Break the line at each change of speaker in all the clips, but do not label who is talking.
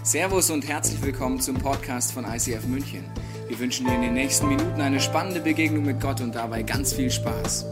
Servus und herzlich willkommen zum Podcast von ICF München. Wir wünschen dir in den nächsten Minuten eine spannende Begegnung mit Gott und dabei ganz viel Spaß.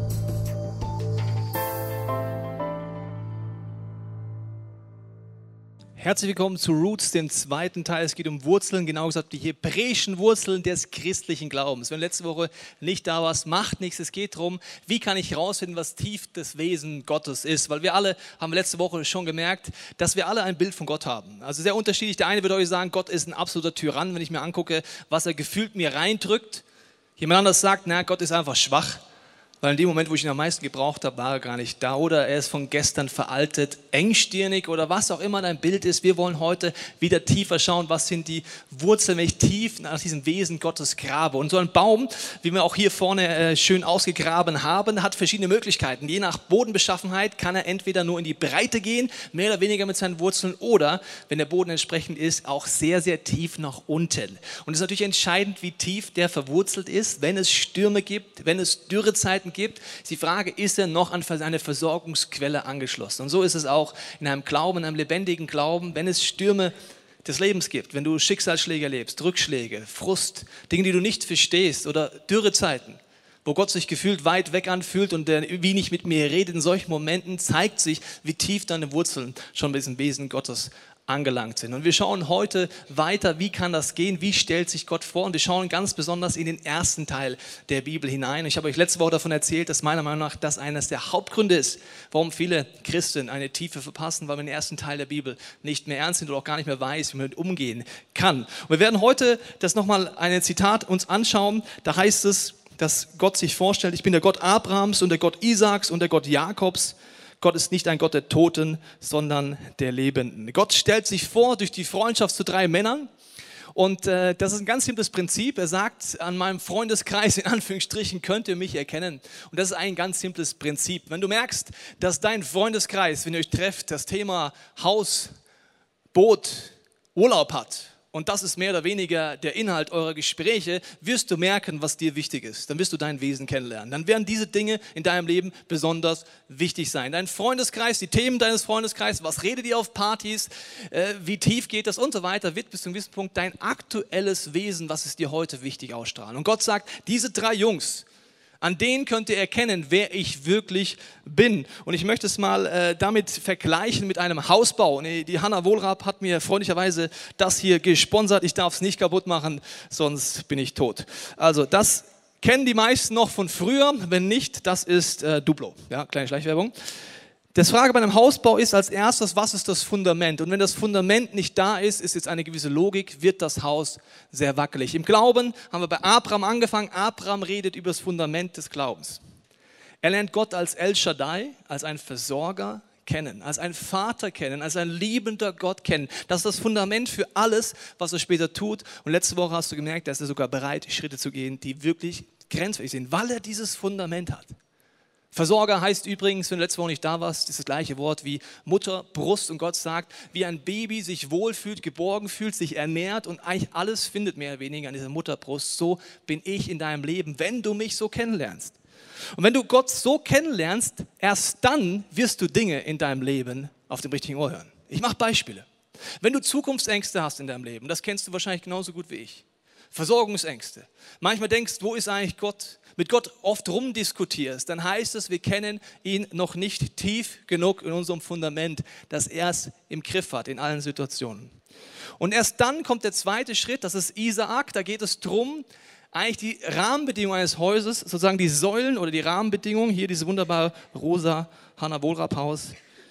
Herzlich willkommen zu Roots, dem zweiten Teil. Es geht um Wurzeln, genau gesagt die hebräischen Wurzeln des christlichen Glaubens. Wenn du letzte Woche nicht da warst, macht nichts. Es geht darum, wie kann ich herausfinden, was tief das Wesen Gottes ist. Weil wir alle, haben letzte Woche schon gemerkt, dass wir alle ein Bild von Gott haben. Also sehr unterschiedlich. Der eine würde euch sagen, Gott ist ein absoluter Tyrann, wenn ich mir angucke, was er gefühlt mir reindrückt. Jemand anderes sagt, na, Gott ist einfach schwach. Weil in dem Moment, wo ich ihn am meisten gebraucht habe, war er gar nicht da. Oder er ist von gestern veraltet, engstirnig oder was auch immer dein Bild ist. Wir wollen heute wieder tiefer schauen, was sind die Wurzeln, wenn ich tief nach diesem Wesen Gottes grabe. Und so ein Baum, wie wir auch hier vorne schön ausgegraben haben, hat verschiedene Möglichkeiten. Je nach Bodenbeschaffenheit kann er entweder nur in die Breite gehen, mehr oder weniger mit seinen Wurzeln, oder, wenn der Boden entsprechend ist, auch sehr, sehr tief nach unten. Und es ist natürlich entscheidend, wie tief der verwurzelt ist, wenn es Stürme gibt, wenn es Dürrezeiten gibt, ist die Frage, ist er noch an eine Versorgungsquelle angeschlossen? Und so ist es auch in einem Glauben, in einem lebendigen Glauben, wenn es Stürme des Lebens gibt, wenn du Schicksalsschläge erlebst, Rückschläge, Frust, Dinge, die du nicht verstehst oder Dürrezeiten, wo Gott sich gefühlt weit weg anfühlt und der wie nicht mit mir redet, in solchen Momenten zeigt sich, wie tief deine Wurzeln schon bei diesem Wesen Gottes angelangt sind. Und wir schauen heute weiter, wie kann das gehen, wie stellt sich Gott vor, und wir schauen ganz besonders in den ersten Teil der Bibel hinein. Ich habe euch letzte Woche davon erzählt, dass meiner Meinung nach das eines der Hauptgründe ist, warum viele Christen eine Tiefe verpassen, weil man den ersten Teil der Bibel nicht mehr ernst nimmt oder auch gar nicht mehr weiß, wie man damit umgehen kann. Und wir werden heute das nochmal ein Zitat uns anschauen, da heißt es, dass Gott sich vorstellt, ich bin der Gott Abrahams und der Gott Isaaks und der Gott Jakobs. Gott ist nicht ein Gott der Toten, sondern der Lebenden. Gott stellt sich vor durch die Freundschaft zu 3 Männern. Und das ist ein ganz simples Prinzip. Er sagt, an meinem Freundeskreis, in Anführungsstrichen, könnt ihr mich erkennen. Und das ist ein ganz simples Prinzip. Wenn du merkst, dass dein Freundeskreis, wenn ihr euch trefft, das Thema Haus, Boot, Urlaub hat, und das ist mehr oder weniger der Inhalt eurer Gespräche, wirst du merken, was dir wichtig ist. Dann wirst du dein Wesen kennenlernen. Dann werden diese Dinge in deinem Leben besonders wichtig sein. Dein Freundeskreis, die Themen deines Freundeskreises, was redet ihr auf Partys, wie tief geht das und so weiter, wird bis zu einem gewissen Punkt dein aktuelles Wesen, was ist dir heute wichtig, ausstrahlen. Und Gott sagt, diese 3 Jungs, an denen könnt ihr erkennen, wer ich wirklich bin. Und ich möchte es mal damit vergleichen mit einem Hausbau. Die Hanna Wohlrab hat mir freundlicherweise das hier gesponsert. Ich darf es nicht kaputt machen, sonst bin ich tot. Also das kennen die meisten noch von früher. Wenn nicht, das ist Duplo. Ja, kleine Schleichwerbung. Das Frage bei einem Hausbau ist als erstes, was ist das Fundament? Und wenn das Fundament nicht da ist, ist jetzt eine gewisse Logik, wird das Haus sehr wackelig. Im Glauben haben wir bei Abraham angefangen. Abraham redet über das Fundament des Glaubens. Er lernt Gott als El Shaddai, als einen Versorger kennen, als einen Vater kennen, als ein liebender Gott kennen. Das ist das Fundament für alles, was er später tut. Und letzte Woche hast du gemerkt, dass er sogar bereit ist, Schritte zu gehen, die wirklich grenzwertig sind, weil er dieses Fundament hat. Versorger heißt übrigens, wenn du letzte Woche nicht da warst, ist das gleiche Wort wie Mutter, Brust, und Gott sagt, wie ein Baby sich wohlfühlt, geborgen fühlt, sich ernährt und eigentlich alles findet mehr oder weniger an dieser Mutterbrust. So bin ich in deinem Leben, wenn du mich so kennenlernst. Und wenn du Gott so kennenlernst, erst dann wirst du Dinge in deinem Leben auf dem richtigen Ohr hören. Ich mache Beispiele. Wenn du Zukunftsängste hast in deinem Leben, das kennst du wahrscheinlich genauso gut wie ich. Versorgungsängste. Manchmal denkst du, wo ist eigentlich Gott? Mit Gott oft rumdiskutierst, dann heißt es, wir kennen ihn noch nicht tief genug in unserem Fundament, dass er es im Griff hat in allen Situationen. Und erst dann kommt der zweite Schritt, das ist Isaak, da geht es darum, eigentlich die Rahmenbedingungen eines Hauses, sozusagen die Säulen oder die Rahmenbedingungen, hier diese wunderbare rosa Hanna Wohlrab Haus,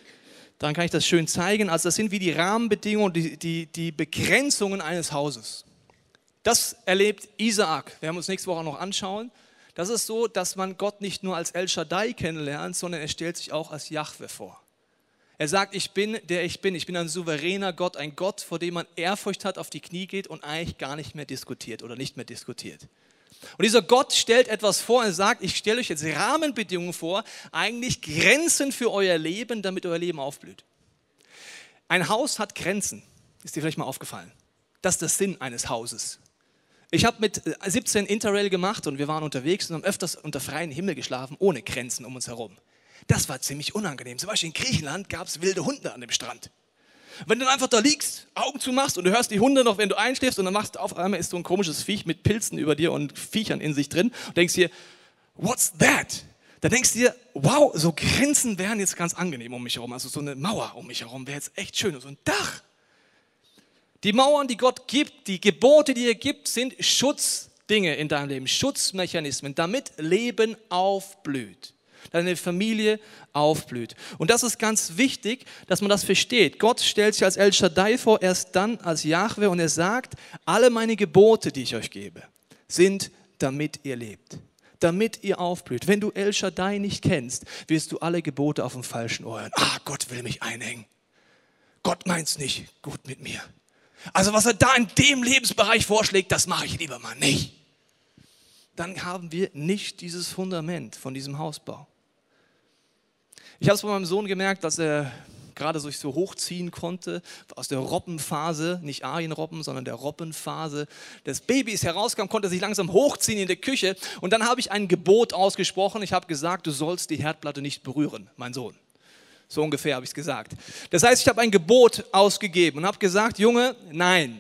dann kann ich das schön zeigen, also das sind wie die Rahmenbedingungen, die Begrenzungen eines Hauses. Das erlebt Isaak, wir werden uns nächste Woche noch anschauen. Das ist so, dass man Gott nicht nur als El Shaddai kennenlernt, sondern er stellt sich auch als Jahwe vor. Er sagt, ich bin, der ich bin. Ich bin ein souveräner Gott, ein Gott, vor dem man Ehrfurcht hat, auf die Knie geht und eigentlich gar nicht mehr diskutiert oder nicht mehr diskutiert. Und dieser Gott stellt etwas vor, er sagt, ich stelle euch jetzt Rahmenbedingungen vor, eigentlich Grenzen für euer Leben, damit euer Leben aufblüht. Ein Haus hat Grenzen, ist dir vielleicht mal aufgefallen. Das ist der Sinn eines Hauses. Ich habe mit 17 Interrail gemacht und wir waren unterwegs und haben öfters unter freiem Himmel geschlafen, ohne Grenzen um uns herum. Das war ziemlich unangenehm. Zum Beispiel in Griechenland gab es wilde Hunde an dem Strand. Wenn du dann einfach da liegst, Augen zumachst und du hörst die Hunde noch, wenn du einschläfst und dann machst du auf einmal ist so ein komisches Viech mit Pilzen über dir und Viechern in sich drin und denkst dir, what's that? Dann denkst du dir, wow, so Grenzen wären jetzt ganz angenehm um mich herum. Also so eine Mauer um mich herum wäre jetzt echt schön. So ein Dach. Die Mauern, die Gott gibt, die Gebote, die er gibt, sind Schutzdinge in deinem Leben, Schutzmechanismen, damit Leben aufblüht. Deine Familie aufblüht. Und das ist ganz wichtig, dass man das versteht. Gott stellt sich als El Shaddai vor, erst dann als Jahwe und er sagt, alle meine Gebote, die ich euch gebe, sind, damit ihr lebt, damit ihr aufblüht. Wenn du El Shaddai nicht kennst, wirst du alle Gebote auf dem falschen Ohr hören. Gott will mich einhängen. Gott meint's nicht gut mit mir. Also was er da in dem Lebensbereich vorschlägt, das mache ich lieber mal nicht. Dann haben wir nicht dieses Fundament von diesem Hausbau. Ich habe es bei meinem Sohn gemerkt, dass er gerade sich so hochziehen konnte, aus der Robbenphase, nicht Arienrobben, sondern der Robbenphase des Babys herauskam, konnte er sich langsam hochziehen in der Küche. Und dann habe ich ein Gebot ausgesprochen. Ich habe gesagt, du sollst die Herdplatte nicht berühren, mein Sohn. So ungefähr habe ich es gesagt. Das heißt, ich habe ein Gebot ausgegeben und habe gesagt, Junge, nein.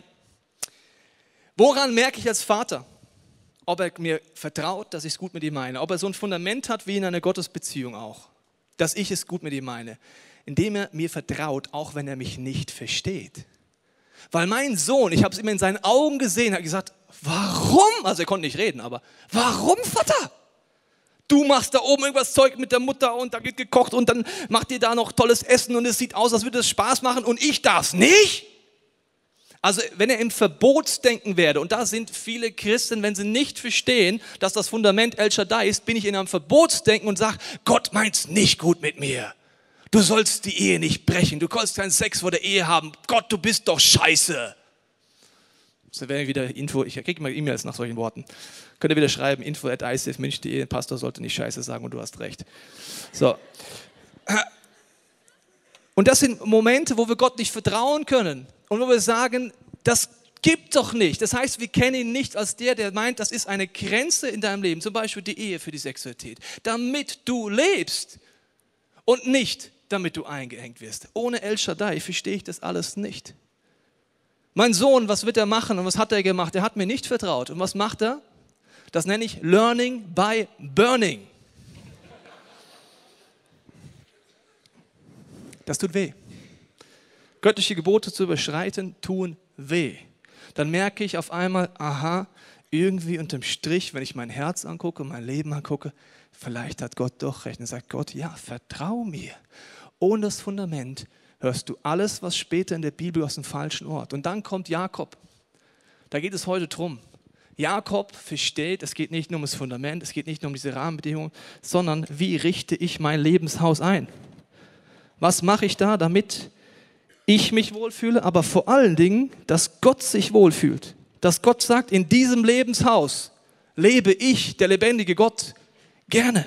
Woran merke ich als Vater, ob er mir vertraut, dass ich es gut mit ihm meine, ob er so ein Fundament hat wie in einer Gottesbeziehung auch, dass ich es gut mit ihm meine, indem er mir vertraut, auch wenn er mich nicht versteht. Weil mein Sohn, ich habe es immer in seinen Augen gesehen, hat gesagt, warum? Also er konnte nicht reden, aber warum, Vater? Du machst da oben irgendwas Zeug mit der Mutter und da wird gekocht und dann macht ihr da noch tolles Essen und es sieht aus, als würde es Spaß machen und ich darf es nicht? Also wenn er im Verbotsdenken werde, und da sind viele Christen, wenn sie nicht verstehen, dass das Fundament El Shaddai ist, bin ich in einem Verbotsdenken und sage, Gott meint's nicht gut mit mir. Du sollst die Ehe nicht brechen, du sollst keinen Sex vor der Ehe haben. Gott, du bist doch scheiße. Das wäre wieder Info, ich kriege mal E-Mails nach solchen Worten. Könnt ihr wieder schreiben, info@icfmünchen.de, ein Pastor sollte nicht scheiße sagen und du hast recht. So. Und das sind Momente, wo wir Gott nicht vertrauen können und wo wir sagen, das gibt doch nicht. Das heißt, wir kennen ihn nicht als der meint, das ist eine Grenze in deinem Leben, zum Beispiel die Ehe für die Sexualität, damit du lebst und nicht, damit du eingeengt wirst. Ohne El Shaddai verstehe ich das alles nicht. Mein Sohn, was wird er machen und was hat er gemacht? Er hat mir nicht vertraut. Und was macht er? Das nenne ich Learning by Burning. Das tut weh. Göttliche Gebote zu überschreiten, tun weh. Dann merke ich auf einmal, irgendwie unterm Strich, wenn ich mein Herz angucke, mein Leben angucke, vielleicht hat Gott doch recht. Und sagt Gott, ja, vertrau mir. Ohne das Fundament hörst du alles, was später in der Bibel aus dem falschen Ort. Und dann kommt Jakob. Da geht es heute drum. Jakob versteht, es geht nicht nur um das Fundament, es geht nicht nur um diese Rahmenbedingungen, sondern wie richte ich mein Lebenshaus ein? Was mache ich da, damit ich mich wohlfühle, aber vor allen Dingen, dass Gott sich wohlfühlt. Dass Gott sagt, in diesem Lebenshaus lebe ich, der lebendige Gott, gerne.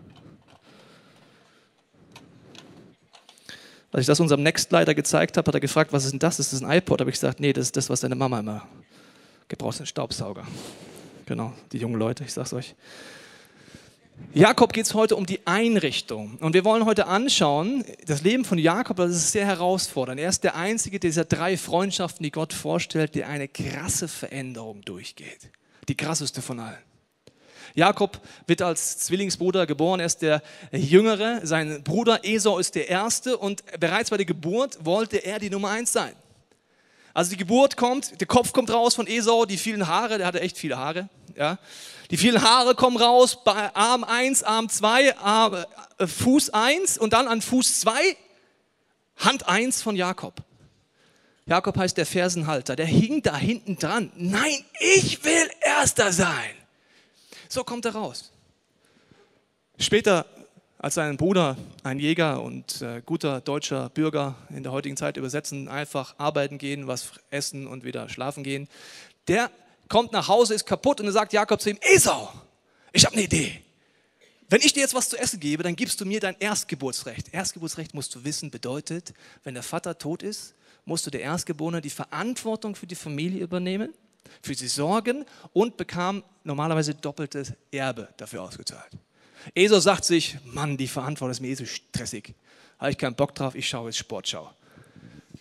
Als ich das unserem Nextleiter gezeigt habe, hat er gefragt, was ist denn das? Ist das ein iPod? Da habe ich gesagt, nee, das ist das, was deine Mama immer gebraucht, einen Staubsauger. Genau, die jungen Leute, ich sag's euch. Jakob geht es heute um die Einrichtung. Und wir wollen heute anschauen, das Leben von Jakob, das ist sehr herausfordernd. Er ist der einzige dieser 3 Freundschaften, die Gott vorstellt, der eine krasse Veränderung durchgeht. Die krasseste von allen. Jakob wird als Zwillingsbruder geboren, er ist der Jüngere, sein Bruder Esau ist der Erste und bereits bei der Geburt wollte er die Nummer 1 sein. Also die Geburt kommt, der Kopf kommt raus von Esau, die vielen Haare, der hatte echt viele Haare. Ja. Die vielen Haare kommen raus, bei Arm 1, Arm 2, Fuß 1 und dann an Fuß 2, Hand 1 von Jakob. Jakob heißt der Fersenhalter, der hing da hinten dran. Nein, ich will Erster sein. So kommt er raus. Später, als sein Bruder, ein Jäger und guter deutscher Bürger in der heutigen Zeit übersetzen, einfach arbeiten gehen, was essen und wieder schlafen gehen, der kommt nach Hause, ist kaputt und dann sagt Jakob zu ihm, Esau, ich habe eine Idee. Wenn ich dir jetzt was zu essen gebe, dann gibst du mir dein Erstgeburtsrecht. Erstgeburtsrecht, musst du wissen, bedeutet, wenn der Vater tot ist, musste der Erstgeborene die Verantwortung für die Familie übernehmen, für sie sorgen und bekam normalerweise doppeltes Erbe dafür ausgezahlt. Esau sagt sich, Mann, die Verantwortung ist mir so stressig. Habe ich keinen Bock drauf, ich schaue jetzt Sportschau.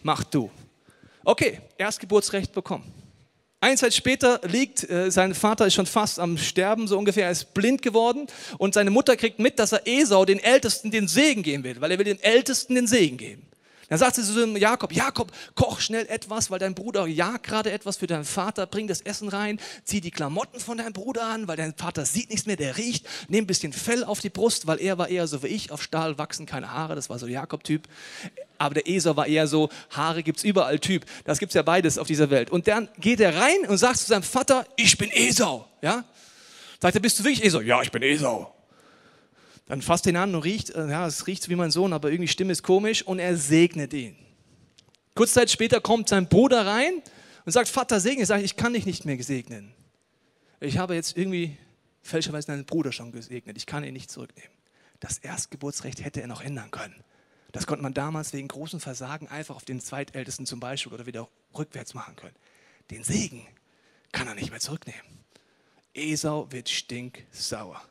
mach du. Okay, Erstgeburtsrecht bekommen. Eine Zeit später sein Vater ist schon fast am Sterben, so ungefähr, er ist blind geworden und seine Mutter kriegt mit, dass er Esau, den Ältesten, den Segen geben will, weil er will dem Ältesten den Segen geben. Dann sagt sie zu Jakob, Jakob, koch schnell etwas, weil dein Bruder jagt gerade etwas für deinen Vater, bring das Essen rein, zieh die Klamotten von deinem Bruder an, weil dein Vater sieht nichts mehr, der riecht, nimm ein bisschen Fell auf die Brust, weil er war eher so wie ich, auf Stahl wachsen keine Haare, das war so Jakob-Typ. Aber der Esau war eher so, Haare gibt's überall Typ, das gibt's ja beides auf dieser Welt. Und dann geht er rein und sagt zu seinem Vater, ich bin Esau. Ja? Sagt er, bist du wirklich Esau? Ja, ich bin Esau. Dann fasst ihn an und riecht, ja, es riecht wie mein Sohn, aber irgendwie die Stimme ist komisch und er segnet ihn. Kurze Zeit später kommt sein Bruder rein und sagt, Vater, segne. Sagt, ich kann dich nicht mehr segnen. Ich habe jetzt irgendwie fälschlicherweise deinen Bruder schon gesegnet. Ich kann ihn nicht zurücknehmen. Das Erstgeburtsrecht hätte er noch ändern können. Das konnte man damals wegen großem Versagen einfach auf den Zweitältesten zum Beispiel oder wieder rückwärts machen können. Den Segen kann er nicht mehr zurücknehmen. Esau wird stinksauer.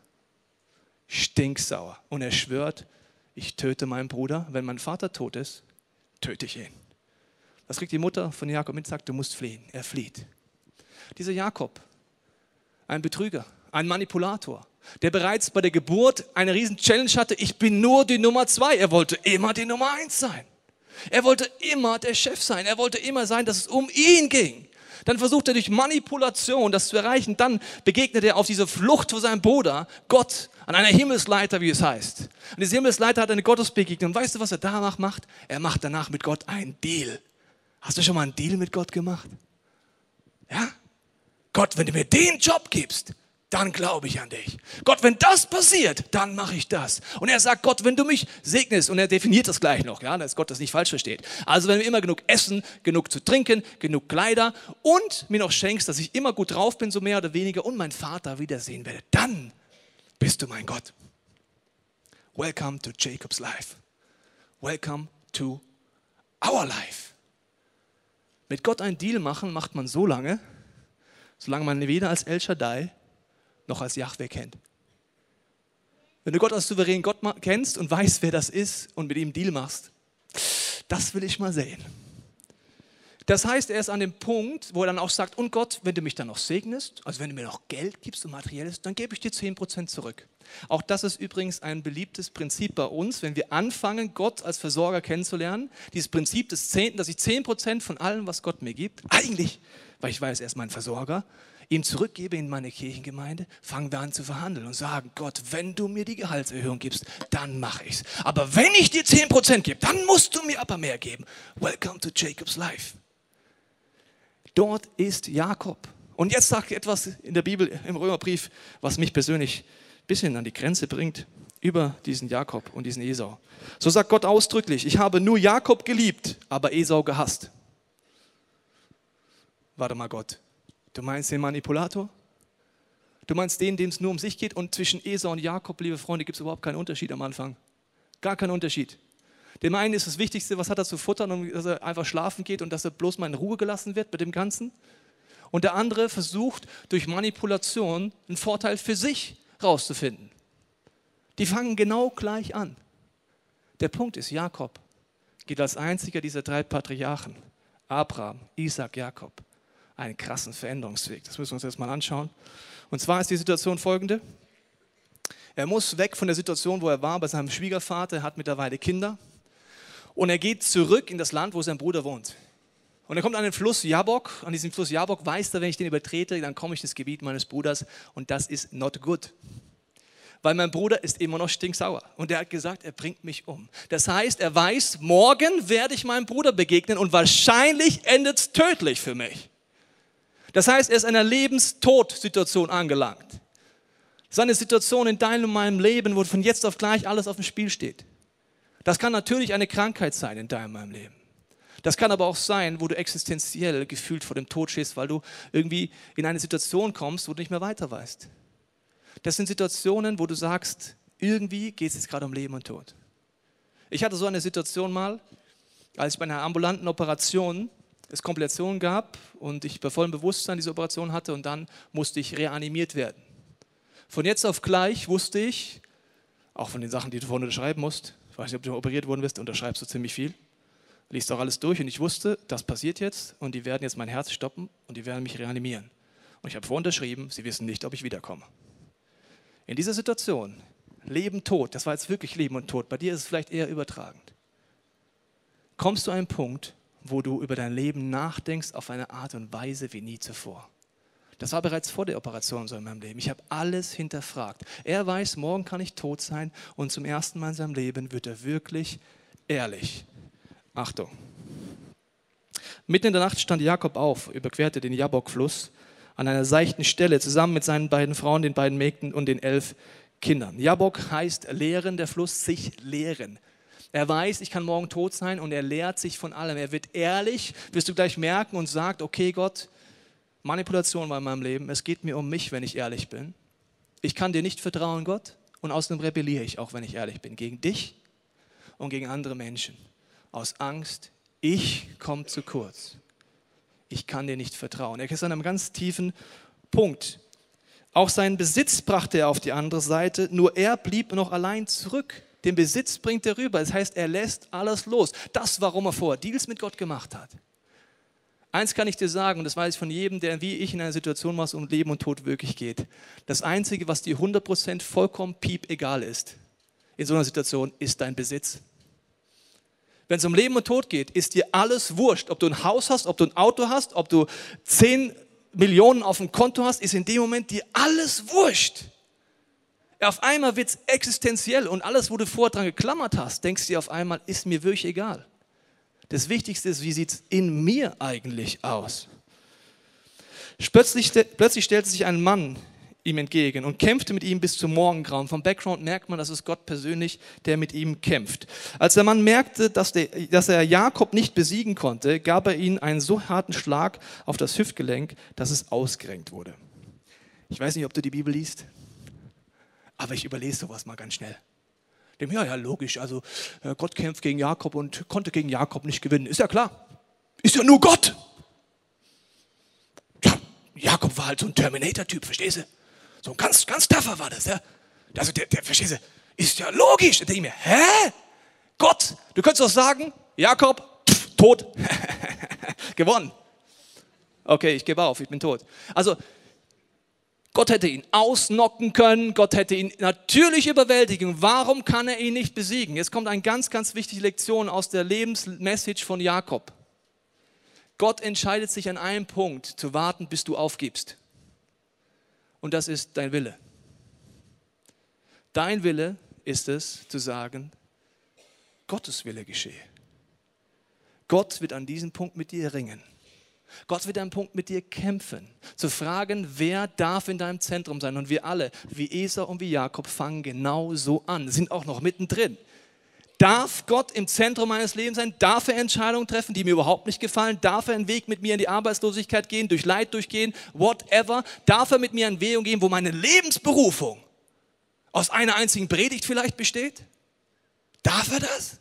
Stinksauer. Und er schwört, ich töte meinen Bruder. Wenn mein Vater tot ist, töte ich ihn. Das kriegt die Mutter von Jakob mit und sagt, du musst fliehen. Er flieht. Dieser Jakob, ein Betrüger, ein Manipulator, der bereits bei der Geburt eine riesen Challenge hatte, ich bin nur die Nummer 2. Er wollte immer die Nummer 1 sein. Er wollte immer der Chef sein. Er wollte immer sein, dass es um ihn ging. Dann versucht er durch Manipulation das zu erreichen. Dann begegnet er auf diese Flucht vor seinem Bruder, Gott, an einer Himmelsleiter, wie es heißt. Und diese Himmelsleiter hat eine Gottesbegegnung. Und weißt du, was er danach macht? Er macht danach mit Gott einen Deal. Hast du schon mal einen Deal mit Gott gemacht? Ja? Gott, wenn du mir den Job gibst, dann glaube ich an dich. Gott, wenn das passiert, dann mache ich das. Und er sagt, Gott, wenn du mich segnest, und er definiert das gleich noch, ja, dass Gott das nicht falsch versteht. Also wenn wir immer genug essen, genug zu trinken, genug Kleider und mir noch schenkst, dass ich immer gut drauf bin, so mehr oder weniger, und meinen Vater wiedersehen werde, dann bist du mein Gott. Welcome to Jacob's life. Welcome to our life. Mit Gott einen Deal machen, macht man so lange, solange man weder als El Shaddai noch als Jahwe kennt. Wenn du Gott als souveränen Gott kennst und weißt, wer das ist und mit ihm einen Deal machst, das will ich mal sehen. Das heißt, er ist an dem Punkt, wo er dann auch sagt, und Gott, wenn du mich dann noch segnest, also wenn du mir noch Geld gibst und Materielles, dann gebe ich dir 10% zurück. Auch das ist übrigens ein beliebtes Prinzip bei uns, wenn wir anfangen, Gott als Versorger kennenzulernen. Dieses Prinzip des Zehnten, dass ich 10% von allem, was Gott mir gibt, eigentlich, weil ich weiß, er ist mein Versorger, ihm zurückgebe in meine Kirchengemeinde, fangen wir an zu verhandeln und sagen, Gott, wenn du mir die Gehaltserhöhung gibst, dann mache ich's. Aber wenn ich dir 10% gebe, dann musst du mir aber mehr geben. Welcome to Jacob's life. Dort ist Jakob. Und jetzt sagt etwas in der Bibel, im Römerbrief, was mich persönlich ein bisschen an die Grenze bringt, über diesen Jakob und diesen Esau. So sagt Gott ausdrücklich, ich habe nur Jakob geliebt, aber Esau gehasst. Warte mal, Gott. Du meinst den Manipulator? Du meinst den, dem es nur um sich geht? Und zwischen Esau und Jakob, liebe Freunde, gibt es überhaupt keinen Unterschied am Anfang. Gar keinen Unterschied. Dem einen ist das Wichtigste, was hat er zu futtern, und dass er einfach schlafen geht und dass er bloß mal in Ruhe gelassen wird mit dem Ganzen. Und der andere versucht, durch Manipulation einen Vorteil für sich rauszufinden. Die fangen genau gleich an. Der Punkt ist, Jakob geht als einziger dieser 3 Patriarchen, Abraham, Isaac, Jakob, einen krassen Veränderungsweg. Das müssen wir uns jetzt mal anschauen. Und zwar ist die Situation folgende. Er muss weg von der Situation, wo er war, bei seinem Schwiegervater. Er hat mittlerweile Kinder. Und er geht zurück in das Land, wo sein Bruder wohnt. Und er kommt an den Fluss Jabbok. An diesem Fluss Jabbok weiß er, wenn ich den übertrete, dann komme ich ins Gebiet meines Bruders. Und das ist not good. Weil mein Bruder ist immer noch stinksauer. Und er hat gesagt, er bringt mich um. Das heißt, er weiß, morgen werde ich meinem Bruder begegnen und wahrscheinlich endet es tödlich für mich. Das heißt, er ist in einer Lebens-Tod-Situation angelangt. Das ist eine Situation in deinem und meinem Leben, wo von jetzt auf gleich alles auf dem Spiel steht. Das kann natürlich eine Krankheit sein in deinem und meinem Leben. Das kann aber auch sein, wo du existenziell gefühlt vor dem Tod stehst, weil du irgendwie in eine Situation kommst, wo du nicht mehr weiter weißt. Das sind Situationen, wo du sagst, irgendwie geht es jetzt gerade um Leben und Tod. Ich hatte so eine Situation mal, als ich bei einer ambulanten Operation es Komplikationen gab und ich bei vollem Bewusstsein diese Operation hatte und dann musste ich reanimiert werden. Von jetzt auf gleich wusste ich, auch von den Sachen, die du vorhin unterschreiben musst, ich weiß nicht, ob du operiert worden bist, unterschreibst du ziemlich viel, Liest auch alles durch und ich wusste, das passiert jetzt und die werden jetzt mein Herz stoppen und die werden mich reanimieren. Und ich habe vorunterschrieben, sie wissen nicht, ob ich wiederkomme. In dieser Situation, Leben, Tod, das war jetzt wirklich Leben und Tod, bei dir ist es vielleicht eher übertragend. Kommst du an einen Punkt, wo du über dein Leben nachdenkst auf eine Art und Weise wie nie zuvor. Das war bereits vor der Operation so in meinem Leben. Ich habe alles hinterfragt. Er weiß, morgen kann ich tot sein und zum ersten Mal in seinem Leben wird er wirklich ehrlich. Achtung. Mitten in der Nacht stand Jakob auf, überquerte den Jabbok-Fluss an einer seichten Stelle zusammen mit seinen beiden Frauen, den beiden Mägden und den 11 Kindern. Jabbok heißt leeren, der Fluss, sich leeren. Er weiß, ich kann morgen tot sein und er lehrt sich von allem. Er wird ehrlich, wirst du gleich merken und sagt, okay Gott, Manipulation war in meinem Leben, es geht mir um mich, wenn ich ehrlich bin. Ich kann dir nicht vertrauen, Gott, und außerdem rebelliere ich, auch wenn ich ehrlich bin, gegen dich und gegen andere Menschen. Aus Angst, ich komme zu kurz. Ich kann dir nicht vertrauen. Er ist an einem ganz tiefen Punkt. Auch seinen Besitz brachte er auf die andere Seite, nur er blieb noch allein zurück. Den Besitz bringt er rüber. Das heißt, er lässt alles los. Das, warum er vorher Deals mit Gott gemacht hat. Eins kann ich dir sagen, und das weiß ich von jedem, der wie ich in einer Situation war, um Leben und Tod wirklich geht. Das Einzige, was dir 100% vollkommen piep egal ist, in so einer Situation, ist dein Besitz. Wenn es um Leben und Tod geht, ist dir alles wurscht. Ob du ein Haus hast, ob du ein Auto hast, ob du 10 Millionen auf dem Konto hast, ist in dem Moment dir alles wurscht. Auf einmal wird es existenziell und alles, wo du vorher dran geklammert hast, denkst du dir auf einmal, ist mir wirklich egal. Das Wichtigste ist, wie sieht es in mir eigentlich aus? Plötzlich stellte sich ein Mann ihm entgegen und kämpfte mit ihm bis zum Morgengrauen. Vom Background merkt man, das ist Gott persönlich, der mit ihm kämpft. Als der Mann merkte, dass er Jakob nicht besiegen konnte, gab er ihm einen so harten Schlag auf das Hüftgelenk, dass es ausgerenkt wurde. Ich weiß nicht, ob du die Bibel liest, aber ich überlese sowas mal ganz schnell. Ja, logisch, also Gott kämpft gegen Jakob und konnte gegen Jakob nicht gewinnen. Ist ja klar, ist ja nur Gott. Ja, Jakob war halt so ein Terminator-Typ, verstehst du? So ein ganz tougher war das, ja. Also der verstehst du, ist ja logisch. Da denke ich mir, hä? Gott, du könntest doch sagen, Jakob, tot, gewonnen. Okay, ich gebe auf, ich bin tot. Also Gott hätte ihn ausnocken können, Gott hätte ihn natürlich überwältigen. Warum kann er ihn nicht besiegen? Jetzt kommt eine ganz wichtige Lektion aus der Lebensmessage von Jakob. Gott entscheidet sich an einem Punkt, zu warten, bis du aufgibst. Und das ist dein Wille. Dein Wille ist es, zu sagen, Gottes Wille geschehe. Gott wird an diesem Punkt mit dir ringen. Gott wird an einem Punkt mit dir kämpfen. Zu fragen, wer darf in deinem Zentrum sein? Und wir alle, wie Esau und wie Jakob, fangen genau so an, sind auch noch mittendrin. Darf Gott im Zentrum meines Lebens sein? Darf er Entscheidungen treffen, die mir überhaupt nicht gefallen? Darf er einen Weg mit mir in die Arbeitslosigkeit gehen, durch Leid durchgehen, whatever? Darf er mit mir einen Weg gehen, wo meine Lebensberufung aus einer einzigen Predigt vielleicht besteht? Darf er das?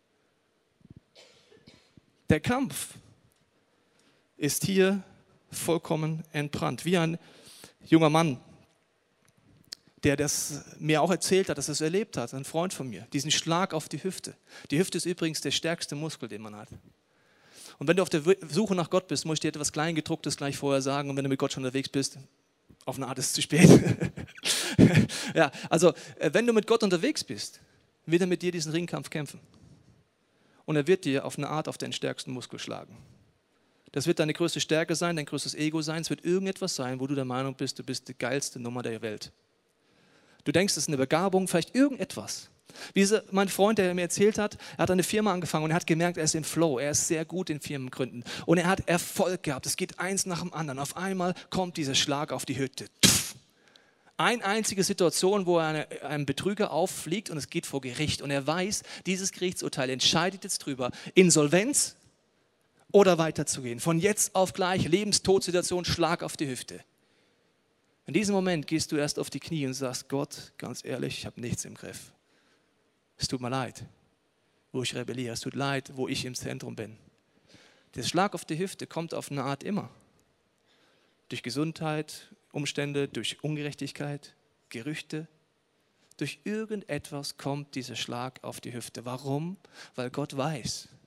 Der Kampf ist hier vollkommen entbrannt. Wie ein junger Mann, der das mir auch erzählt hat, dass er es erlebt hat, ein Freund von mir, diesen Schlag auf die Hüfte. Die Hüfte ist übrigens der stärkste Muskel, den man hat. Und wenn du auf der Suche nach Gott bist, muss ich dir etwas Kleingedrucktes gleich vorher sagen. Und wenn du mit Gott schon unterwegs bist, auf eine Art ist es zu spät. Ja, also wenn du mit Gott unterwegs bist, wird er mit dir diesen Ringkampf kämpfen. Und er wird dir auf eine Art auf deinen stärksten Muskel schlagen. Das wird deine größte Stärke sein, dein größtes Ego sein. Es wird irgendetwas sein, wo du der Meinung bist, du bist die geilste Nummer der Welt. Du denkst, es ist eine Begabung, vielleicht irgendetwas. Wie mein Freund, der mir erzählt hat, er hat eine Firma angefangen und er hat gemerkt, er ist im Flow, er ist sehr gut in Firmengründen. Und er hat Erfolg gehabt, es geht eins nach dem anderen. Auf einmal kommt dieser Schlag auf die Hütte. Eine einzige Situation, wo er einem Betrüger auffliegt und es geht vor Gericht. Und er weiß, dieses Gerichtsurteil entscheidet jetzt drüber, Insolvenz oder weiterzugehen. Von jetzt auf gleich, Lebens-Tod-Situation, Schlag auf die Hüfte. In diesem Moment gehst du erst auf die Knie und sagst, Gott, ganz ehrlich, ich habe nichts im Griff. Es tut mir leid, wo ich rebelliere. Es tut leid, wo ich im Zentrum bin. Der Schlag auf die Hüfte kommt auf eine Art immer. Durch Gesundheit, Umstände, durch Ungerechtigkeit, Gerüchte. Durch irgendetwas kommt dieser Schlag auf die Hüfte. Warum? Weil Gott weiß,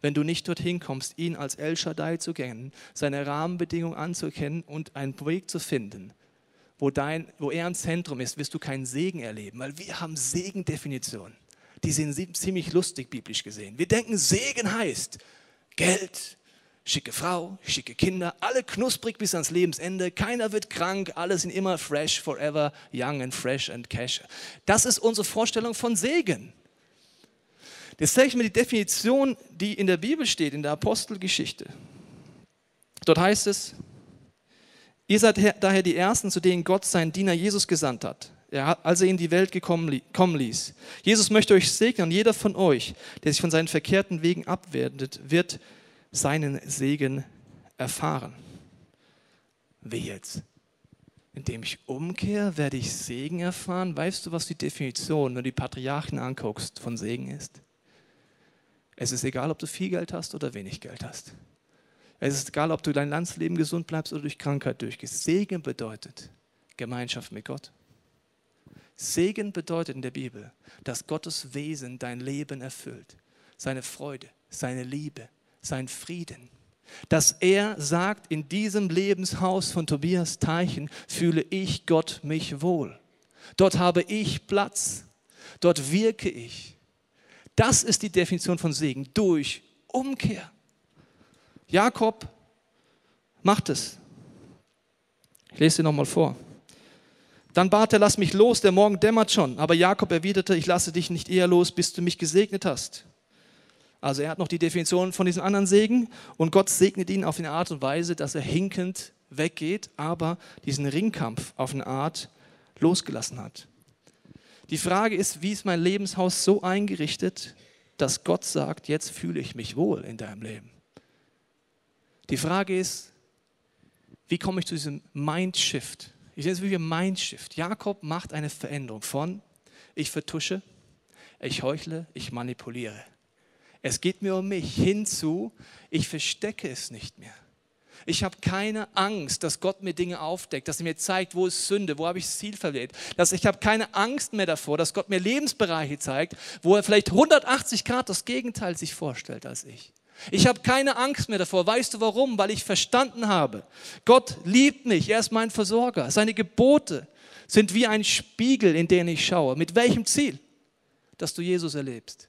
wenn du nicht dorthin kommst, ihn als El Shaddai zu kennen, seine Rahmenbedingungen anzukennen und einen Weg zu finden, wo er im Zentrum ist, wirst du keinen Segen erleben, weil wir haben Segendefinitionen. Die sind ziemlich lustig, biblisch gesehen. Wir denken, Segen heißt Geld, schicke Frau, schicke Kinder, alle knusprig bis ans Lebensende, keiner wird krank, alle sind immer fresh, forever, young and fresh and cash. Das ist unsere Vorstellung von Segen. Jetzt zeige ich mir die Definition, die in der Bibel steht, in der Apostelgeschichte. Dort heißt es, ihr seid daher die Ersten, zu denen Gott seinen Diener Jesus gesandt hat, als er ihn in die Welt kommen ließ. Jesus möchte euch segnen und jeder von euch, der sich von seinen verkehrten Wegen abwendet, wird seinen Segen erfahren. Wie jetzt? Indem ich umkehre, werde ich Segen erfahren? Weißt du, was die Definition, wenn du die Patriarchen anguckst, von Segen ist? Es ist egal, ob du viel Geld hast oder wenig Geld hast. Es ist egal, ob du dein Landsleben gesund bleibst oder durch Krankheit durchgehst. Segen bedeutet Gemeinschaft mit Gott. Segen bedeutet in der Bibel, dass Gottes Wesen dein Leben erfüllt. Seine Freude, seine Liebe, sein Frieden. Dass er sagt, in diesem Lebenshaus von Tobias Teichen fühle ich Gott mich wohl. Dort habe ich Platz. Dort wirke ich. Das ist die Definition von Segen, durch Umkehr. Jakob macht es. Ich lese dir nochmal vor. Dann bat er, lass mich los, der Morgen dämmert schon. Aber Jakob erwiderte, ich lasse dich nicht eher los, bis du mich gesegnet hast. Also er hat noch die Definition von diesem anderen Segen und Gott segnet ihn auf eine Art und Weise, dass er hinkend weggeht, aber diesen Ringkampf auf eine Art losgelassen hat. Die Frage ist, wie ist mein Lebenshaus so eingerichtet, dass Gott sagt, jetzt fühle ich mich wohl in deinem Leben. Die Frage ist, wie komme ich zu diesem Mindshift? Ich sehe es wie ein Mindshift. Jakob macht eine Veränderung von, ich vertusche, ich heuchle, ich manipuliere. Es geht mir um mich, hinzu, ich verstecke es nicht mehr. Ich habe keine Angst, dass Gott mir Dinge aufdeckt, dass er mir zeigt, wo ist Sünde, wo habe ich das Ziel verwählt. Ich habe keine Angst mehr davor, dass Gott mir Lebensbereiche zeigt, wo er vielleicht 180 Grad das Gegenteil sich vorstellt als ich. Ich habe keine Angst mehr davor. Weißt du warum? Weil ich verstanden habe, Gott liebt mich, er ist mein Versorger. Seine Gebote sind wie ein Spiegel, in den ich schaue. Mit welchem Ziel? Dass du Jesus erlebst.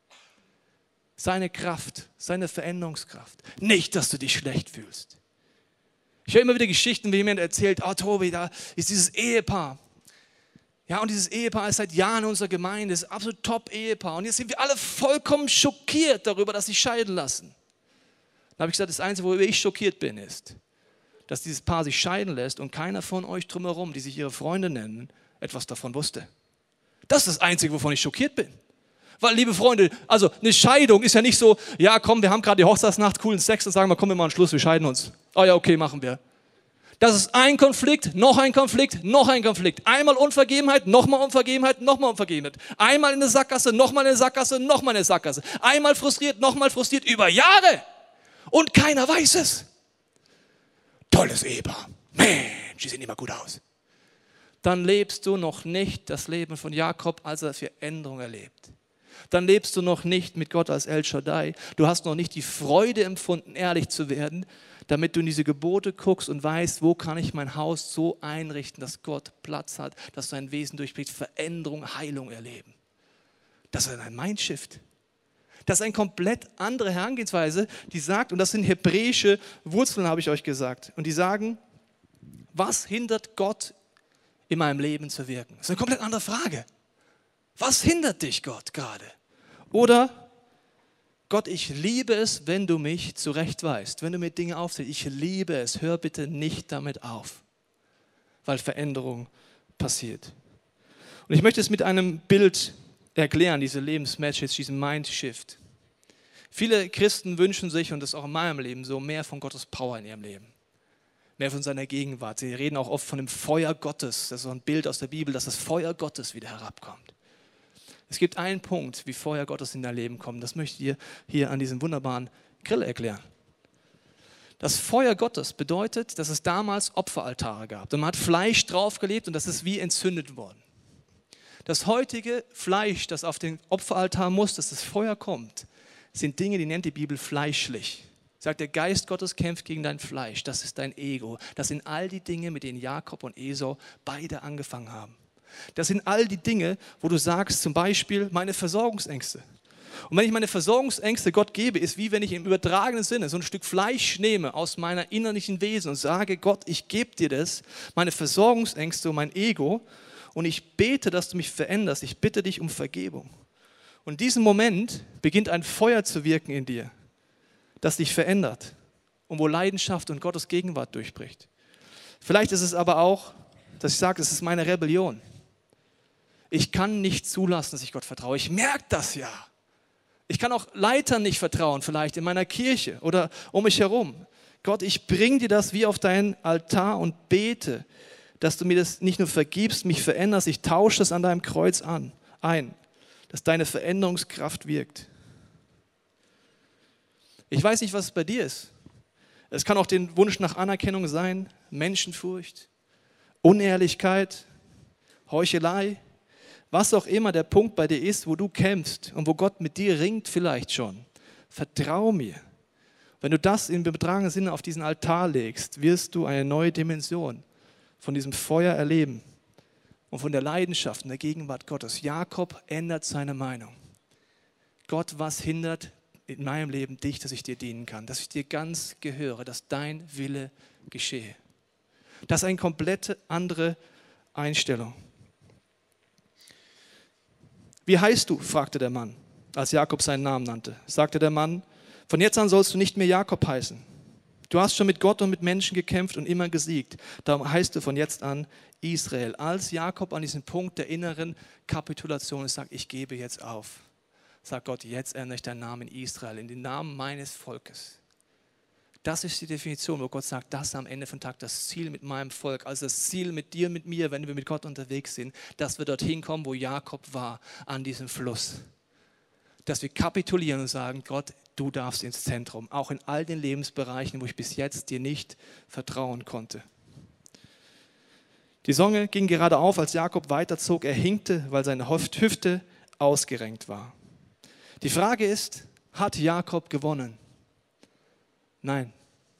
Seine Kraft, seine Veränderungskraft. Nicht, dass du dich schlecht fühlst. Ich höre immer wieder Geschichten, wie jemand erzählt, oh Tobi, da ist dieses Ehepaar. Ja, und dieses Ehepaar ist seit Jahren in unserer Gemeinde, ist ein absolut Top-Ehepaar. Und jetzt sind wir alle vollkommen schockiert darüber, dass sie scheiden lassen. Dann habe ich gesagt, das Einzige, worüber ich schockiert bin, ist, dass dieses Paar sich scheiden lässt und keiner von euch drumherum, die sich ihre Freunde nennen, etwas davon wusste. Das ist das Einzige, wovon ich schockiert bin. Weil, liebe Freunde, also eine Scheidung ist ja nicht so, ja komm, wir haben gerade die Hochzeitsnacht, coolen Sex und sagen wir, komm, wir machen Schluss, wir scheiden uns. Oh ja, okay, machen wir. Das ist ein Konflikt, noch ein Konflikt, noch ein Konflikt. Einmal Unvergebenheit, nochmal Unvergebenheit, nochmal Unvergebenheit. Einmal in der Sackgasse, nochmal in der Sackgasse, nochmal in der Sackgasse. Einmal frustriert, nochmal frustriert, über Jahre. Und keiner weiß es. Tolles Ehepaar. Mensch, die sehen immer gut aus. Dann lebst du noch nicht das Leben von Jakob, als er Veränderung erlebt. Dann lebst du noch nicht mit Gott als El Shaddai. Du hast noch nicht die Freude empfunden, ehrlich zu werden, damit du in diese Gebote guckst und weißt, wo kann ich mein Haus so einrichten, dass Gott Platz hat, dass sein Wesen durchbricht, Veränderung, Heilung erleben. Das ist ein Mindshift. Das ist eine komplett andere Herangehensweise, die sagt, und das sind hebräische Wurzeln, habe ich euch gesagt, und die sagen, was hindert Gott in meinem Leben zu wirken? Das ist eine komplett andere Frage. Was hindert dich, Gott, gerade? Oder, Gott, ich liebe es, wenn du mich zurechtweist, wenn du mir Dinge aufzählst. Ich liebe es, hör bitte nicht damit auf, weil Veränderung passiert. Und ich möchte es mit einem Bild erklären, diese Lebensmatches, diesen Mindshift. Viele Christen wünschen sich, und das ist auch in meinem Leben so, mehr von Gottes Power in ihrem Leben. Mehr von seiner Gegenwart. Sie reden auch oft von dem Feuer Gottes. Das ist so ein Bild aus der Bibel, dass das Feuer Gottes wieder herabkommt. Es gibt einen Punkt, wie Feuer Gottes in dein Leben kommt. Das möchte ich dir hier an diesem wunderbaren Grill erklären. Das Feuer Gottes bedeutet, dass es damals Opferaltare gab. Und man hat Fleisch draufgelegt und das ist wie entzündet worden. Das heutige Fleisch, das auf den Opferaltar muss, dass das Feuer kommt, sind Dinge, die nennt die Bibel fleischlich. Sagt, der Geist Gottes kämpft gegen dein Fleisch, das ist dein Ego. Das sind all die Dinge, mit denen Jakob und Esau beide angefangen haben. Das sind all die Dinge, wo du sagst, zum Beispiel meine Versorgungsängste. Und wenn ich meine Versorgungsängste Gott gebe, ist wie wenn ich im übertragenen Sinne so ein Stück Fleisch nehme aus meiner innerlichen Wesen und sage, Gott, ich gebe dir das, meine Versorgungsängste und mein Ego, und ich bete, dass du mich veränderst. Ich bitte dich um Vergebung. Und in diesem Moment beginnt ein Feuer zu wirken in dir, das dich verändert und wo Leidenschaft und Gottes Gegenwart durchbricht. Vielleicht ist es aber auch, dass ich sage, es ist meine Rebellion. Ich kann nicht zulassen, dass ich Gott vertraue. Ich merke das ja. Ich kann auch Leitern nicht vertrauen, vielleicht in meiner Kirche oder um mich herum. Gott, ich bringe dir das wie auf deinen Altar und bete, dass du mir das nicht nur vergibst, mich veränderst. Ich tausche das an deinem Kreuz ein, dass deine Veränderungskraft wirkt. Ich weiß nicht, was es bei dir ist. Es kann auch den Wunsch nach Anerkennung sein, Menschenfurcht, Unehrlichkeit, Heuchelei. Was auch immer der Punkt bei dir ist, wo du kämpfst und wo Gott mit dir ringt vielleicht schon, vertrau mir. Wenn du das im übertragenen Sinne auf diesen Altar legst, wirst du eine neue Dimension von diesem Feuer erleben und von der Leidenschaft und der Gegenwart Gottes. Jakob ändert seine Meinung. Gott, was hindert in meinem Leben dich, dass ich dir dienen kann, dass ich dir ganz gehöre, dass dein Wille geschehe. Das ist eine komplett andere Einstellung. Wie heißt du? Fragte der Mann, als Jakob seinen Namen nannte. Sagte der Mann, von jetzt an sollst du nicht mehr Jakob heißen. Du hast schon mit Gott und mit Menschen gekämpft und immer gesiegt. Darum heißt du von jetzt an Israel. Als Jakob an diesem Punkt der inneren Kapitulation ist, sagt, ich gebe jetzt auf. Sagt Gott, jetzt ändere ich deinen Namen in Israel, in den Namen meines Volkes. Das ist die Definition, wo Gott sagt, das ist am Ende vom Tag das Ziel mit meinem Volk, also das Ziel mit dir, mit mir, wenn wir mit Gott unterwegs sind, dass wir dorthin kommen, wo Jakob war, an diesem Fluss. Dass wir kapitulieren und sagen, Gott, du darfst ins Zentrum, auch in all den Lebensbereichen, wo ich bis jetzt dir nicht vertrauen konnte. Die Sonne ging gerade auf, als Jakob weiterzog. Er hinkte, weil seine Hüfte ausgerenkt war. Die Frage ist, hat Jakob gewonnen? Nein,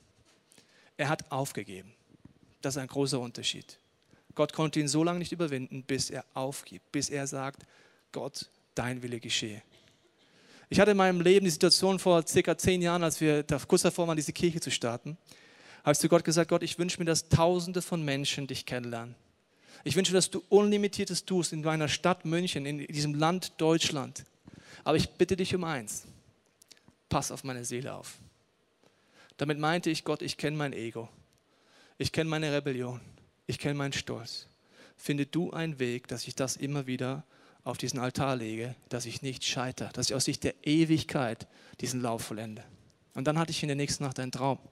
er hat aufgegeben. Das ist ein großer Unterschied. Gott konnte ihn so lange nicht überwinden, bis er aufgibt, bis er sagt, Gott, dein Wille geschehe. Ich hatte in meinem Leben die Situation vor circa 10 Jahren, als wir kurz davor waren, diese Kirche zu starten, habe ich zu Gott gesagt, Gott, ich wünsche mir, dass Tausende von Menschen dich kennenlernen. Ich wünsche mir, dass du Unlimitiertes tust in meiner Stadt München, in diesem Land Deutschland. Aber ich bitte dich um eins, pass auf meine Seele auf. Damit meinte ich, Gott, ich kenne mein Ego, ich kenne meine Rebellion, ich kenne meinen Stolz. Finde du einen Weg, dass ich das immer wieder auf diesen Altar lege, dass ich nicht scheitere, dass ich aus Sicht der Ewigkeit diesen Lauf vollende. Und dann hatte ich in der nächsten Nacht einen Traum.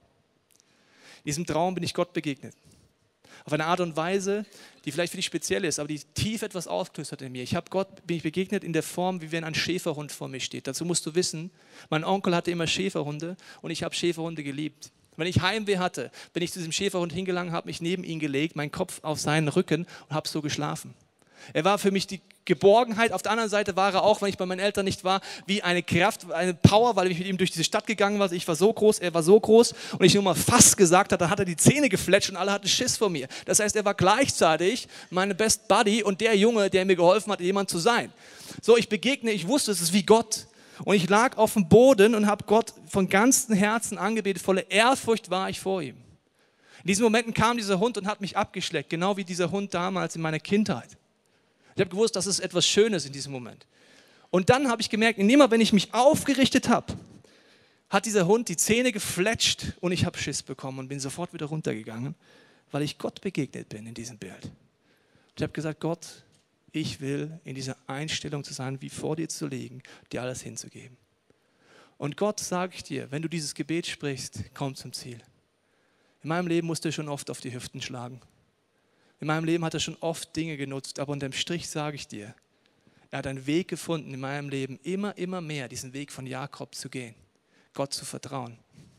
In diesem Traum bin ich Gott begegnet. Auf eine Art und Weise, die vielleicht für dich speziell ist, aber die tief etwas ausgelöst hat in mir. Bin ich begegnet in der Form, wie wenn ein Schäferhund vor mir steht. Dazu musst du wissen, mein Onkel hatte immer Schäferhunde und ich habe Schäferhunde geliebt. Wenn ich Heimweh hatte, bin ich zu diesem Schäferhund hingelangt, habe mich neben ihn gelegt, meinen Kopf auf seinen Rücken und habe so geschlafen. Er war für mich die Geborgenheit. Auf der anderen Seite war er auch, wenn ich bei meinen Eltern nicht war, wie eine Kraft, eine Power, weil ich mit ihm durch diese Stadt gegangen war. Ich war so groß, er war so groß und ich nur mal fast gesagt habe, dann hat er die Zähne gefletscht und alle hatten Schiss vor mir. Das heißt, er war gleichzeitig meine Best Buddy und der Junge, der mir geholfen hat, jemand zu sein. So, ich wusste, es ist wie Gott. Und ich lag auf dem Boden und habe Gott von ganzem Herzen angebetet. Voller Ehrfurcht war ich vor ihm. In diesen Momenten kam dieser Hund und hat mich abgeschleckt, genau wie dieser Hund damals in meiner Kindheit. Ich habe gewusst, das ist etwas Schönes in diesem Moment. Und dann habe ich gemerkt, wenn ich mich aufgerichtet habe, hat dieser Hund die Zähne gefletscht und ich habe Schiss bekommen und bin sofort wieder runtergegangen, weil ich Gott begegnet bin in diesem Bild. Und ich habe gesagt, Gott, ich will in dieser Einstellung zu sein, wie vor dir zu liegen, dir alles hinzugeben. Und Gott, sage ich dir, wenn du dieses Gebet sprichst, komm zum Ziel. In meinem Leben musste ich schon oft auf die Hüften schlagen. In meinem Leben hat er schon oft Dinge genutzt, aber unterm Strich sage ich dir, er hat einen Weg gefunden in meinem Leben, immer mehr diesen Weg von Jakob zu gehen, Gott zu vertrauen.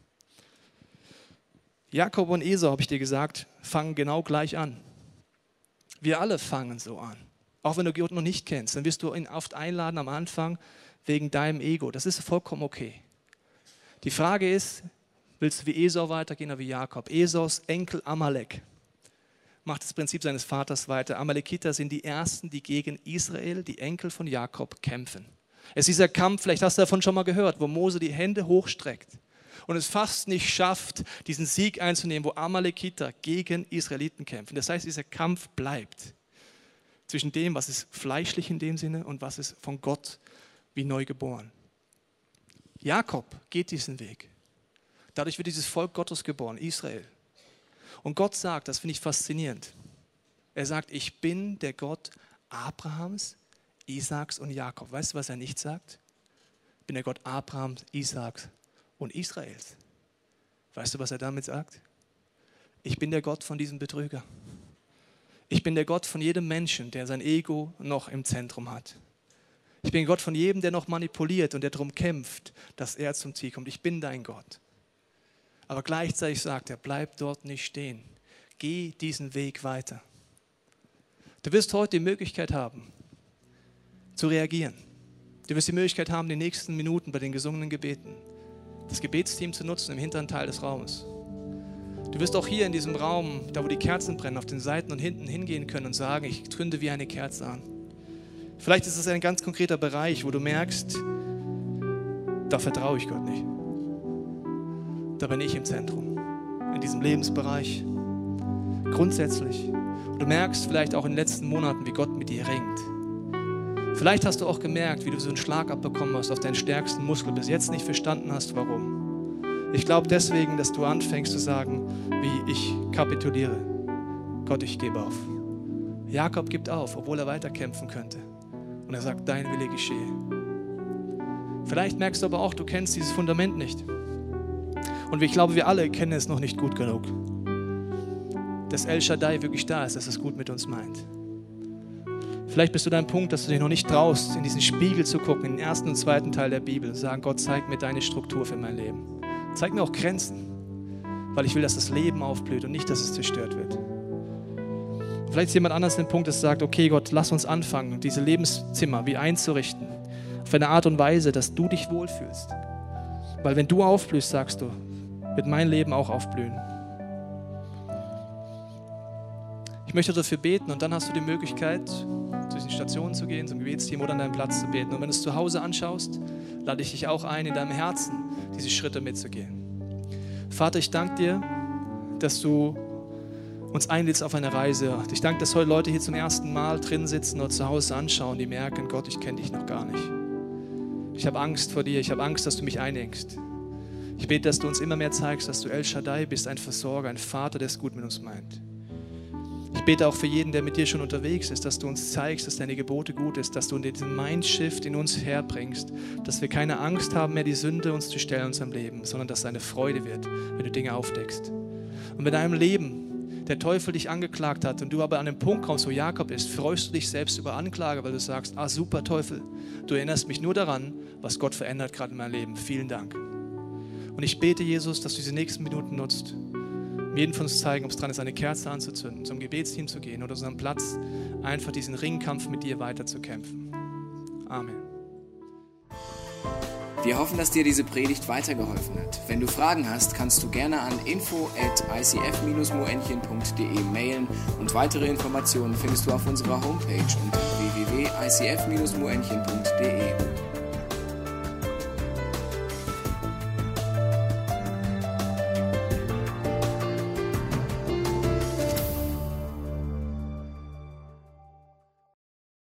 Jakob und Esau, habe ich dir gesagt, fangen genau gleich an. Wir alle fangen so an. Auch wenn du Gott noch nicht kennst, dann wirst du ihn oft einladen am Anfang wegen deinem Ego. Das ist vollkommen okay. Die Frage ist, willst du wie Esau weitergehen oder wie Jakob? Esaus Enkel Amalek macht das Prinzip seines Vaters weiter. Amalekiter sind die Ersten, die gegen Israel, die Enkel von Jakob, kämpfen. Es ist dieser Kampf, vielleicht hast du davon schon mal gehört, wo Mose die Hände hochstreckt und es fast nicht schafft, diesen Sieg einzunehmen, wo Amalekiter gegen Israeliten kämpfen. Das heißt, dieser Kampf bleibt zwischen dem, was ist fleischlich in dem Sinne und was ist von Gott wie neu geboren. Jakob geht diesen Weg. Dadurch wird dieses Volk Gottes geboren, Israel. Und Gott sagt, das finde ich faszinierend, er sagt, ich bin der Gott Abrahams, Isaaks und Jakob. Weißt du, was er nicht sagt? Ich bin der Gott Abrahams, Isaaks und Israels. Weißt du, was er damit sagt? Ich bin der Gott von diesem Betrüger. Ich bin der Gott von jedem Menschen, der sein Ego noch im Zentrum hat. Ich bin Gott von jedem, der noch manipuliert und der darum kämpft, dass er zum Ziel kommt. Ich bin dein Gott. Aber gleichzeitig sagt er, bleib dort nicht stehen. Geh diesen Weg weiter. Du wirst heute die Möglichkeit haben, zu reagieren. Du wirst die Möglichkeit haben, die nächsten Minuten bei den gesungenen Gebeten das Gebetsteam zu nutzen im hinteren Teil des Raumes. Du wirst auch hier in diesem Raum, da wo die Kerzen brennen, auf den Seiten und hinten hingehen können und sagen, ich zünde wie eine Kerze an. Vielleicht ist es ein ganz konkreter Bereich, wo du merkst, da vertraue ich Gott nicht. Da bin ich im Zentrum, in diesem Lebensbereich. Grundsätzlich. Du merkst vielleicht auch in den letzten Monaten, wie Gott mit dir ringt. Vielleicht hast du auch gemerkt, wie du so einen Schlag abbekommen hast auf deinen stärksten Muskel, bis jetzt nicht verstanden hast, warum. Ich glaube deswegen, dass du anfängst zu sagen, wie ich kapituliere. Gott, ich gebe auf. Jakob gibt auf, obwohl er weiterkämpfen könnte. Und er sagt, dein Wille geschehe. Vielleicht merkst du aber auch, du kennst dieses Fundament nicht. Und ich glaube, wir alle kennen es noch nicht gut genug. Dass El Shaddai wirklich da ist, dass es gut mit uns meint. Vielleicht bist du an einem Punkt, dass du dich noch nicht traust, in diesen Spiegel zu gucken, in den ersten und zweiten Teil der Bibel, und sagen, Gott, zeig mir deine Struktur für mein Leben. Zeig mir auch Grenzen, weil ich will, dass das Leben aufblüht und nicht, dass es zerstört wird. Vielleicht ist jemand anders an dem Punkt, dass sagt, okay Gott, lass uns anfangen, diese Lebenszimmer wie einzurichten, auf eine Art und Weise, dass du dich wohlfühlst. Weil wenn du aufblühst, sagst du, wird mein Leben auch aufblühen. Ich möchte dafür beten und dann hast du die Möglichkeit, zu diesen Stationen zu gehen, zum Gebetsteam oder an deinem Platz zu beten. Und wenn du es zu Hause anschaust, lade ich dich auch ein, in deinem Herzen diese Schritte mitzugehen. Vater, ich danke dir, dass du uns einlädst auf eine Reise. Ich danke, dass heute Leute hier zum ersten Mal drin sitzen oder zu Hause anschauen, die merken, Gott, ich kenne dich noch gar nicht. Ich habe Angst vor dir, ich habe Angst, dass du mich einengst. Ich bete, dass du uns immer mehr zeigst, dass du El Shaddai bist, ein Versorger, ein Vater, der es gut mit uns meint. Ich bete auch für jeden, der mit dir schon unterwegs ist, dass du uns zeigst, dass deine Gebote gut ist, dass du diesen Mindshift in uns herbringst, dass wir keine Angst haben mehr, die Sünde uns zu stellen in unserem Leben, sondern dass es eine Freude wird, wenn du Dinge aufdeckst. Und mit deinem Leben der Teufel dich angeklagt hat und du aber an den Punkt kommst, wo Jakob ist, freust du dich selbst über Anklage, weil du sagst, super Teufel, du erinnerst mich nur daran, was Gott verändert gerade in meinem Leben. Vielen Dank. Und ich bete, Jesus, dass du diese nächsten Minuten nutzt, um jeden von uns zu zeigen, ob es dran ist, eine Kerze anzuzünden, zum Gebetsteam zu gehen oder so am Platz, einfach diesen Ringkampf mit dir weiterzukämpfen. Amen.
Wir hoffen, dass dir diese Predigt weitergeholfen hat. Wenn du Fragen hast, kannst du gerne an info@icf-moenchen.de mailen und weitere Informationen findest du auf unserer Homepage unter www.icf-moenchen.de.